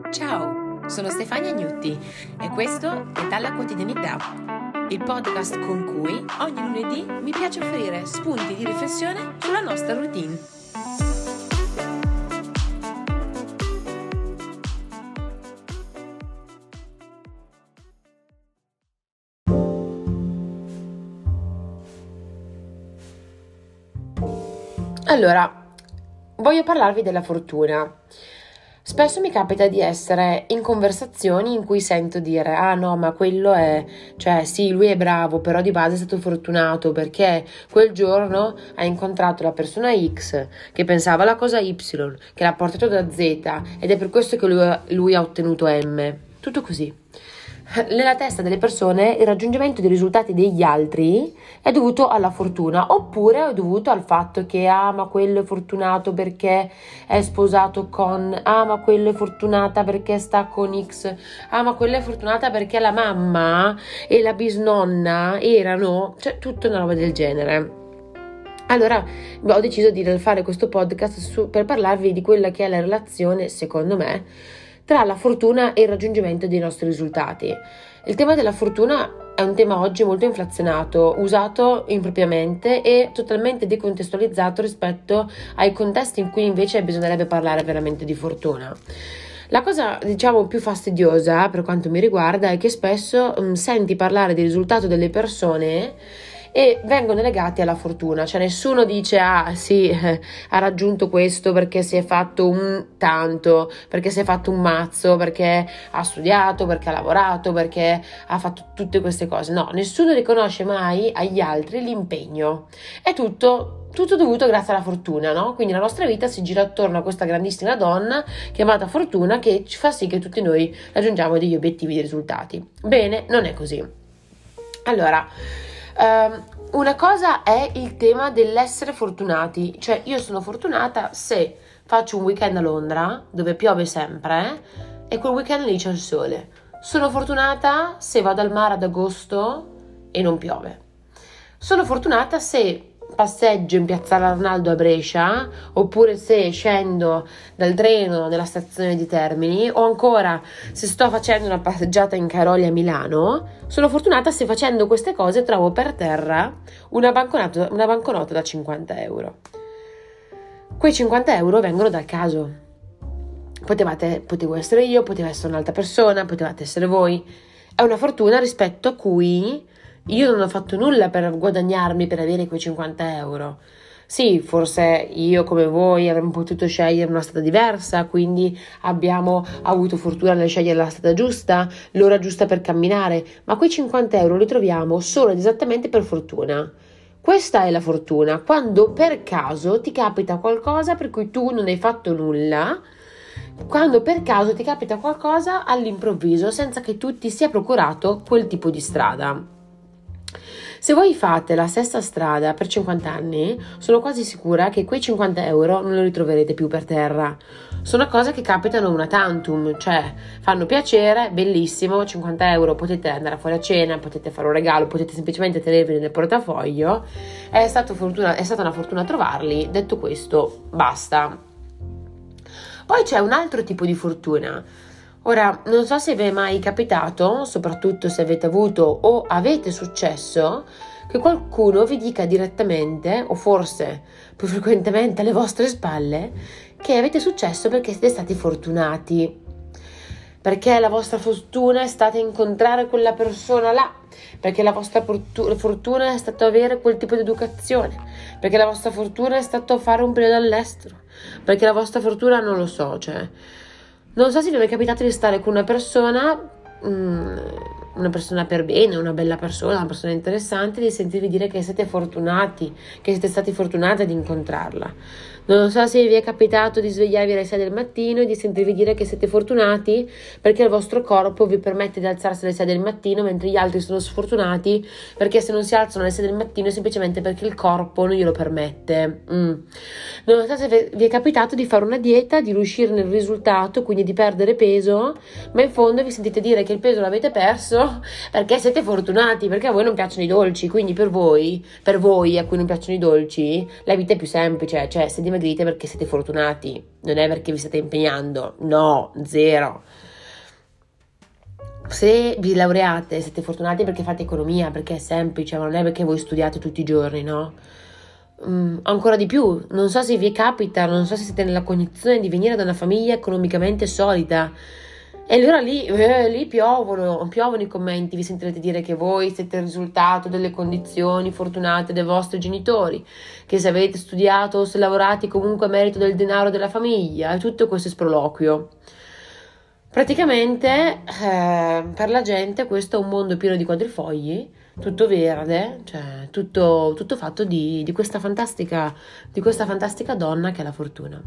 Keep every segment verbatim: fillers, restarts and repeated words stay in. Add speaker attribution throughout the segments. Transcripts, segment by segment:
Speaker 1: Ciao, sono Stefania Gnutti e questo è Dalla Quotidianità, il podcast con cui ogni lunedì mi piace offrire spunti di riflessione sulla nostra routine.
Speaker 2: Allora, voglio parlarvi della fortuna. Spesso mi capita di essere in conversazioni in cui sento dire ah no, ma quello è, cioè sì, lui è bravo, però di base è stato fortunato perché quel giorno ha incontrato la persona X che pensava la cosa Y, che l'ha portato da Z ed è per questo che lui, lui ha ottenuto M. Tutto così. Nella testa delle persone il raggiungimento dei risultati degli altri è dovuto alla fortuna, oppure è dovuto al fatto che ah ma quello è fortunato perché è sposato con, ah ma quello è fortunata perché sta con X, ah ma quella è fortunata perché la mamma e la bisnonna erano, cioè tutta una roba del genere. Allora ho deciso di fare questo podcast su, per parlarvi di quella che è la relazione, secondo me, tra la fortuna e il raggiungimento dei nostri risultati. Il tema della fortuna è un tema oggi molto inflazionato, usato impropriamente e totalmente decontestualizzato rispetto ai contesti in cui invece bisognerebbe parlare veramente di fortuna. La cosa, diciamo, più fastidiosa per quanto mi riguarda è che spesso mh, senti parlare di risultato delle persone e vengono legati alla fortuna, cioè nessuno dice ah sì eh, ha raggiunto questo perché si è fatto un tanto, perché si è fatto un mazzo, perché ha studiato, perché ha lavorato, perché ha fatto tutte queste cose. No, nessuno riconosce mai agli altri l'impegno, è tutto tutto dovuto grazie alla fortuna, no? Quindi la nostra vita si gira attorno a questa grandissima donna chiamata fortuna che ci fa sì che tutti noi raggiungiamo degli obiettivi, dei risultati. Bene, non è così. Allora, Um, una cosa è il tema dell'essere fortunati, cioè io sono fortunata se faccio un weekend a Londra dove piove sempre e quel weekend lì c'è il sole. Sono fortunata se vado al mare ad agosto e non piove. Sono fortunata se passeggio in Piazzale Arnaldo a Brescia, oppure se scendo dal treno nella stazione di Termini, o ancora se sto facendo una passeggiata in Caroli a Milano. Sono fortunata se facendo queste cose trovo per terra una banconota, una banconota da cinquanta euro. Quei cinquanta euro vengono dal caso. Potevate, potevo essere io, poteva essere un'altra persona, potevate essere voi. È una fortuna rispetto a cui io non ho fatto nulla per guadagnarmi, per avere quei cinquanta euro. Sì, forse io come voi avremmo potuto scegliere una strada diversa, quindi abbiamo avuto fortuna nel scegliere la strada giusta, l'ora giusta per camminare, ma quei cinquanta euro li troviamo solo ed esattamente per fortuna. Questa è la fortuna, quando per caso ti capita qualcosa per cui tu non hai fatto nulla, quando per caso ti capita qualcosa all'improvviso senza che tu ti sia procurato quel tipo di strada. Se voi fate la stessa strada per cinquanta anni, sono quasi sicura che quei cinquanta euro non li ritroverete più per terra. Sono cose che capitano una tantum, cioè fanno piacere, bellissimo, cinquanta euro potete andare fuori a cena, potete fare un regalo, potete semplicemente tenerveli nel portafoglio. È stata, fortuna, è stata una fortuna trovarli. Detto questo, basta. Poi c'è un altro tipo di fortuna. Ora, non so se vi è mai capitato, soprattutto se avete avuto o avete successo, che qualcuno vi dica direttamente, o forse più frequentemente alle vostre spalle, che avete successo perché siete stati fortunati. Perché la vostra fortuna è stata incontrare quella persona là, perché la vostra fortuna è stata avere quel tipo di educazione, perché la vostra fortuna è stato fare un periodo all'estero, perché la vostra fortuna non lo so, cioè... Non so se vi è mai capitato di stare con una persona, una persona per bene, una bella persona, una persona interessante, di sentirvi dire che siete fortunati, che siete stati fortunati ad incontrarla. Non so se vi è capitato di svegliarvi alle sei del mattino e di sentirvi dire che siete fortunati perché il vostro corpo vi permette di alzarsi alle sei del mattino mentre gli altri sono sfortunati perché se non si alzano alle sei del mattino è semplicemente perché il corpo non glielo permette. Mm. Non so se vi è capitato di fare una dieta, di riuscire nel risultato, quindi di perdere peso, ma in fondo vi sentite dire che il peso l'avete perso no? Perché siete fortunati, perché a voi non piacciono i dolci, quindi per voi, per voi a cui non piacciono i dolci, la vita è più semplice, cioè se dimagrite perché siete fortunati, non è perché vi state impegnando, no, zero. Se vi laureate siete fortunati perché fate economia, perché è semplice, ma non è perché voi studiate tutti i giorni, no? Mm, ancora di più, non so se vi capita, non so se siete nella condizione di venire da una famiglia economicamente solida, e allora lì, eh, lì piovono, piovono i commenti, vi sentirete dire che voi siete il risultato delle condizioni fortunate dei vostri genitori, che se avete studiato o se lavorate comunque a merito del denaro della famiglia, e tutto questo sproloquio. Praticamente eh, per la gente questo è un mondo pieno di quadrifogli, tutto verde, cioè tutto, tutto fatto di, di questa fantastica, di questa fantastica donna che è la fortuna.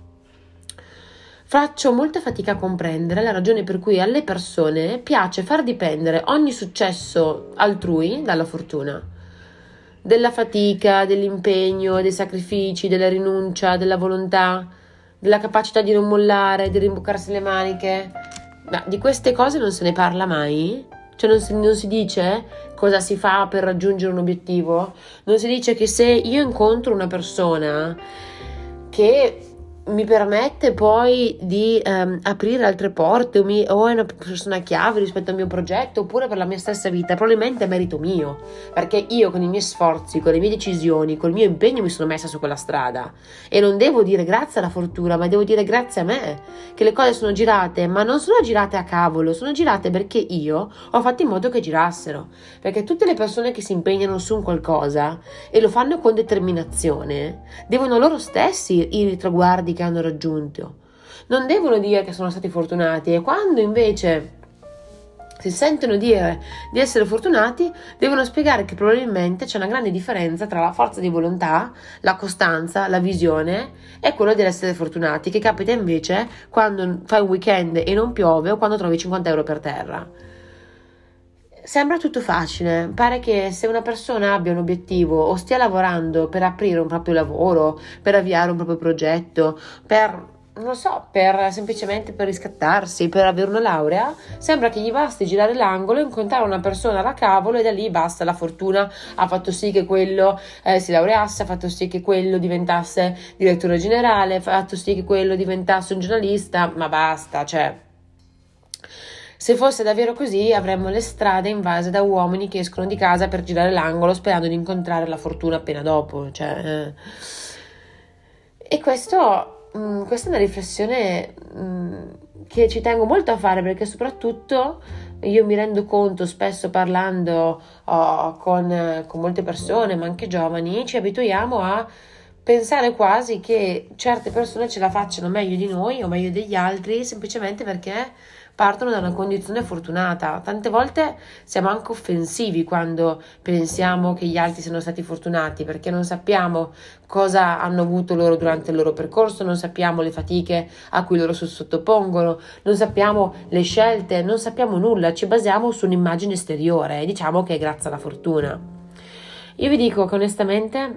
Speaker 2: Faccio molta fatica a comprendere la ragione per cui alle persone piace far dipendere ogni successo altrui dalla fortuna, della fatica, dell'impegno, dei sacrifici, della rinuncia, della volontà, della capacità di non mollare, di rimboccarsi le maniche. Ma di queste cose non se ne parla mai? Cioè non si, non si dice cosa si fa per raggiungere un obiettivo? Non si dice che se io incontro una persona che mi permette poi di ehm, aprire altre porte o, mi, o è una persona chiave rispetto al mio progetto oppure per la mia stessa vita, probabilmente è merito mio, perché io con i miei sforzi, con le mie decisioni, col mio impegno mi sono messa su quella strada e non devo dire grazie alla fortuna, ma devo dire grazie a me che le cose sono girate, ma non sono girate a cavolo, sono girate perché io ho fatto in modo che girassero, perché tutte le persone che si impegnano su un qualcosa e lo fanno con determinazione devono loro stessi i traguardi che hanno raggiunto, non devono dire che sono stati fortunati, e quando invece si sentono dire di essere fortunati devono spiegare che probabilmente c'è una grande differenza tra la forza di volontà, la costanza, la visione e quello di essere fortunati, che capita invece quando fai un weekend e non piove o quando trovi cinquanta euro per terra. Sembra tutto facile, pare che se una persona abbia un obiettivo o stia lavorando per aprire un proprio lavoro, per avviare un proprio progetto, per, non lo so, per semplicemente per riscattarsi, per avere una laurea, sembra che gli basti girare l'angolo, incontrare una persona da cavolo e da lì basta, la fortuna ha fatto sì che quello eh, si laureasse, ha fatto sì che quello diventasse direttore generale, ha fatto sì che quello diventasse un giornalista, ma basta, cioè... Se fosse davvero così avremmo le strade invase da uomini che escono di casa per girare l'angolo sperando di incontrare la fortuna appena dopo, cioè, eh. E questo, mh, questa è una riflessione mh, che ci tengo molto a fare, perché soprattutto io mi rendo conto, spesso parlando oh, con, con molte persone, ma anche giovani, ci abituiamo a pensare quasi che certe persone ce la facciano meglio di noi o meglio degli altri semplicemente perché partono da una condizione fortunata. Tante volte siamo anche offensivi quando pensiamo che gli altri siano stati fortunati, perché non sappiamo cosa hanno avuto loro durante il loro percorso, non sappiamo le fatiche a cui loro si sottopongono, non sappiamo le scelte, non sappiamo nulla, ci basiamo su un'immagine esteriore e diciamo che è grazie alla fortuna. Io vi dico che onestamente,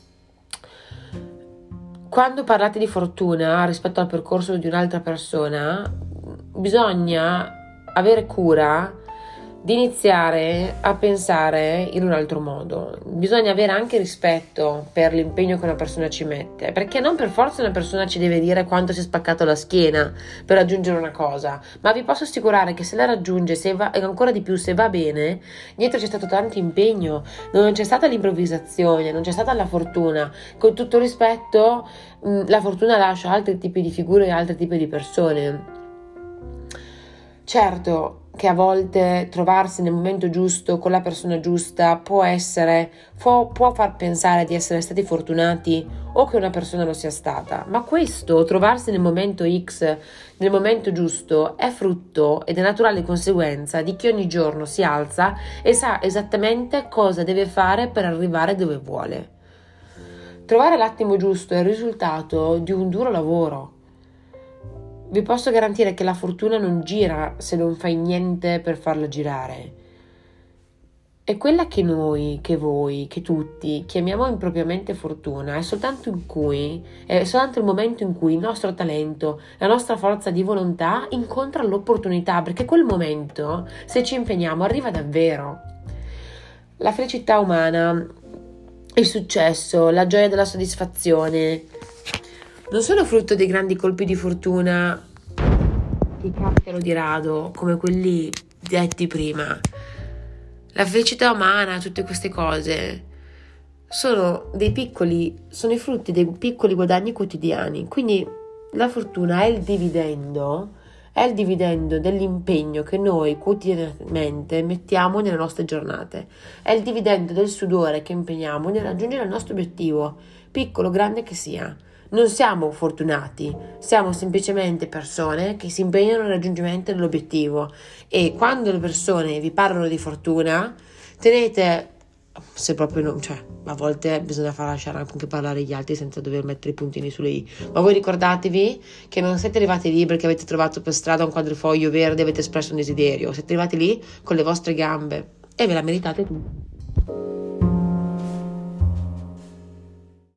Speaker 2: quando parlate di fortuna rispetto al percorso di un'altra persona, bisogna avere cura di iniziare a pensare in un altro modo. Bisogna avere anche rispetto per l'impegno che una persona ci mette, perché non per forza una persona ci deve dire quanto si è spaccato la schiena per raggiungere una cosa, ma vi posso assicurare che se la raggiunge, se va, e ancora di più se va bene, dietro c'è stato tanto impegno, non c'è stata l'improvvisazione, non c'è stata la fortuna. Con tutto rispetto, la fortuna lascia altri tipi di figure e altri tipi di persone. Certo che a volte trovarsi nel momento giusto con la persona giusta può essere, può, può far pensare di essere stati fortunati o che una persona lo sia stata, ma questo, trovarsi nel momento X, nel momento giusto, è frutto ed è naturale conseguenza di chi ogni giorno si alza e sa esattamente cosa deve fare per arrivare dove vuole. Trovare l'attimo giusto è il risultato di un duro lavoro. Vi posso garantire che la fortuna non gira se non fai niente per farla girare. E quella che noi, che voi, che tutti chiamiamo impropriamente fortuna è soltanto in cui, è soltanto il momento in cui il nostro talento, la nostra forza di volontà incontra l'opportunità, perché quel momento, se ci impegniamo, arriva davvero. La felicità umana, il successo, la gioia della soddisfazione non sono frutto dei grandi colpi di fortuna che capitano di rado, come quelli detti prima. La felicità umana, tutte queste cose, sono dei piccoli, sono i frutti dei piccoli guadagni quotidiani. Quindi la fortuna è il dividendo, è il dividendo dell'impegno che noi quotidianamente mettiamo nelle nostre giornate. È il dividendo del sudore che impegniamo nel raggiungere il nostro obiettivo, piccolo o grande che sia. Non siamo fortunati, siamo semplicemente persone che si impegnano nel raggiungimento dell'obiettivo, e quando le persone vi parlano di fortuna, tenete, se proprio non, cioè a volte bisogna far lasciare anche parlare gli altri senza dover mettere i puntini sulle i, ma voi ricordatevi che non siete arrivati lì perché avete trovato per strada un quadrifoglio verde e avete espresso un desiderio, siete arrivati lì con le vostre gambe e ve la meritate tutti.